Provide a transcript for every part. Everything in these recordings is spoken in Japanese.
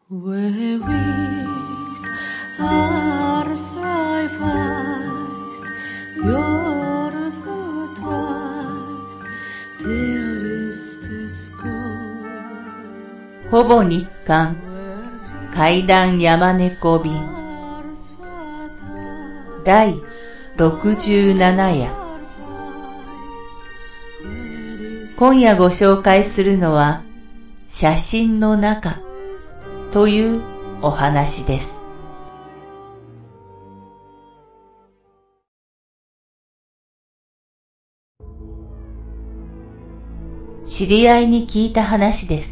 Where wished are five eyes, your foot twice, there is the score. ほぼ日刊怪談山猫便第67夜。今夜ご紹介するのは写真の中というお話です。知り合いに聞いた話です。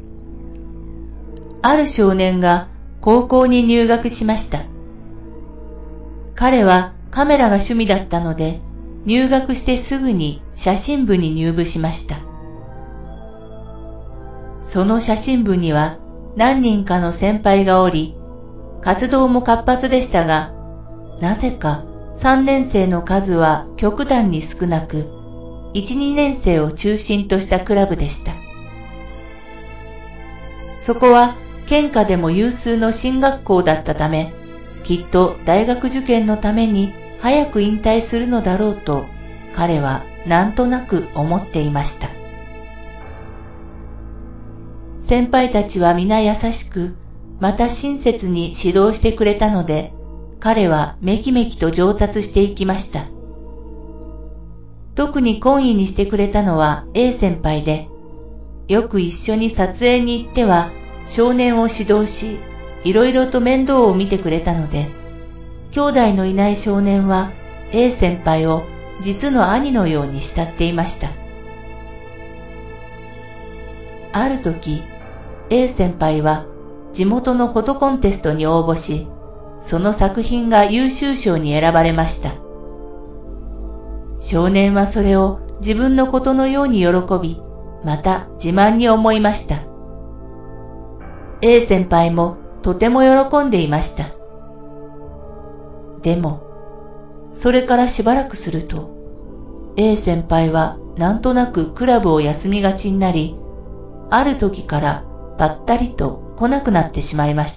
ある少年が高校に入学しました。彼はカメラが趣味だったので、入学してすぐに写真部に入部しました。その写真部には何人かの先輩がおり、活動も活発でしたが、なぜか3年生の数は極端に少なく、1、2年生を中心としたクラブでした。そこは県下でも有数の進学校だったため、きっと大学受験のために早く引退するのだろうと、彼はなんとなく思っていました。先輩たちは皆優しく、また親切に指導してくれたので、彼はめきめきと上達していきました。特に懇意にしてくれたのは A 先輩で、よく一緒に撮影に行っては少年を指導し、いろいろと面倒を見てくれたので、兄弟のいない少年は A 先輩を実の兄のように慕っていました。ある時、A 先輩は地元のフォトコンテストに応募し、その作品が優秀賞に選ばれました。少年はそれを自分のことのように喜び、また自慢に思いました。A 先輩もとても喜んでいました。でも、それからしばらくすると、A 先輩はなんとなくクラブを休みがちになり、ある時からぱったりと来なくなってしまいました。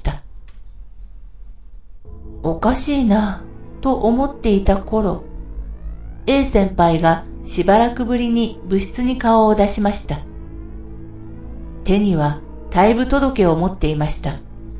おかしいなと思っていた頃、A 先輩がしばらくぶりに部室に顔を出しました。手には退部届を持っていました。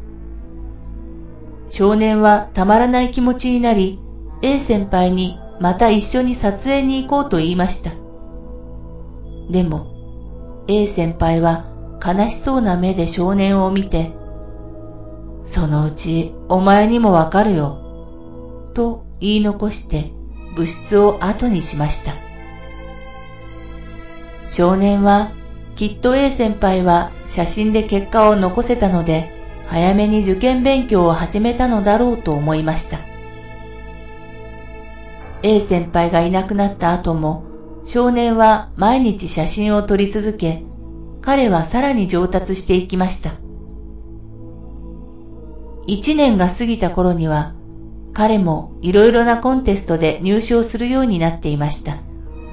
少年はたまらない気持ちになり、A 先輩にまた一緒に撮影に行こうと言いました。でも、A 先輩は悲しそうな目で少年を見て、そのうちお前にもわかるよ、と言い残して部室を後にしました。少年はきっと A 先輩は写真で結果を残せたので、早めに受験勉強を始めたのだろうと思いました。A 先輩がいなくなった後も、少年は毎日写真を撮り続け、彼はさらに上達していきました。1年が過ぎた頃には、彼もいろいろなコンテストで入賞するようになっていました。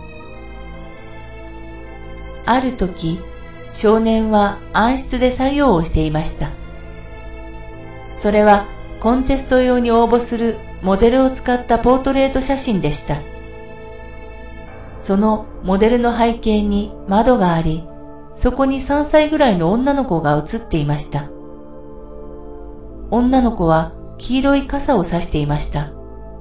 ある時、少年は暗室で作業をしていました。それはコンテスト用に応募するモデルを使ったポートレート写真でした。そのモデルの背景に窓があり、そこに3歳ぐらいの女の子が写っていました。女の子は黄色い傘を差していました。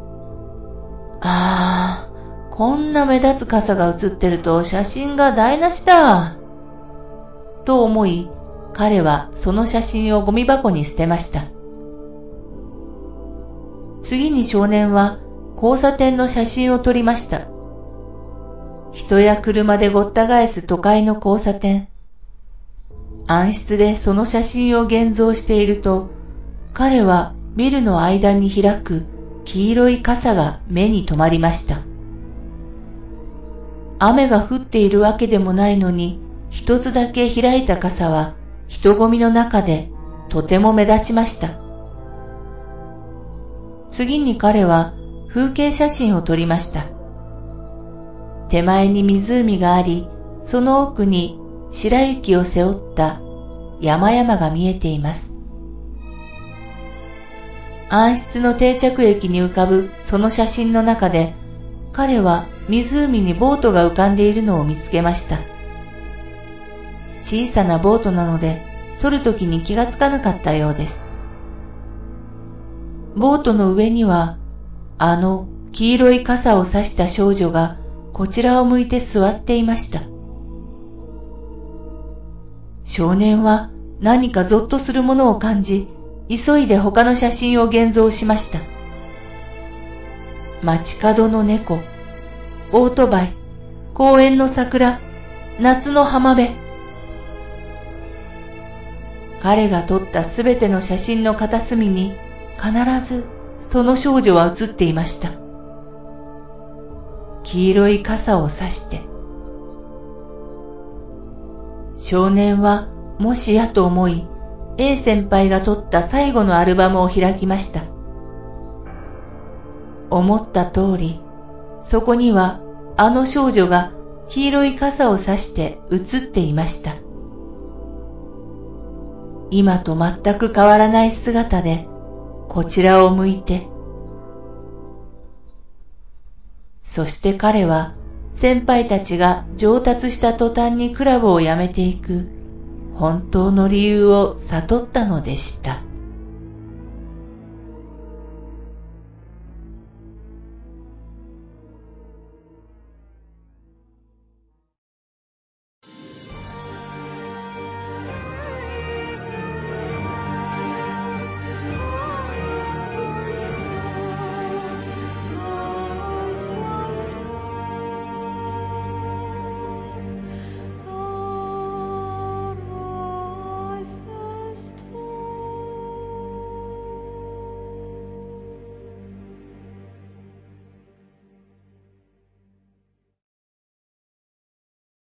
こんな目立つ傘が写ってると写真が台無しだ。と思い、彼はその写真をゴミ箱に捨てました。次に少年は交差点の写真を撮りました。人や車でごった返す都会の交差点。暗室でその写真を現像していると、彼はビルの間に開く黄色い傘が目に留まりました。雨が降っているわけでもないのに、一つだけ開いた傘は人混みの中でとても目立ちました。次に彼は風景写真を撮りました。手前に湖があり、その奥に白雪を背負った山々が見えています。 暗室の定着駅に浮かぶその写真の中で、彼は湖にボートが浮かんでいるのを見つけました。小さなボートなので、撮るときに気がつかなかったようです。ボートの上には、あの黄色い傘を差した少女がこちらを向いて座っていました。少年は何かゾッとするものを感じ、急いで他の写真を現像しました。街角の猫、オートバイ、公園の桜、夏の浜辺。彼が撮ったすべての写真の片隅に必ずその少女は写っていました。黄色い傘を差して。少年はもしやと思い、A 先輩が撮った最後のアルバムを開きました。思った通り、そこにはあの少女が黄色い傘を差して写っていました。今と全く変わらない姿でこちらを向いて。そして彼は先輩たちが上達した途端にクラブを辞めていく本当の理由を悟ったのでした。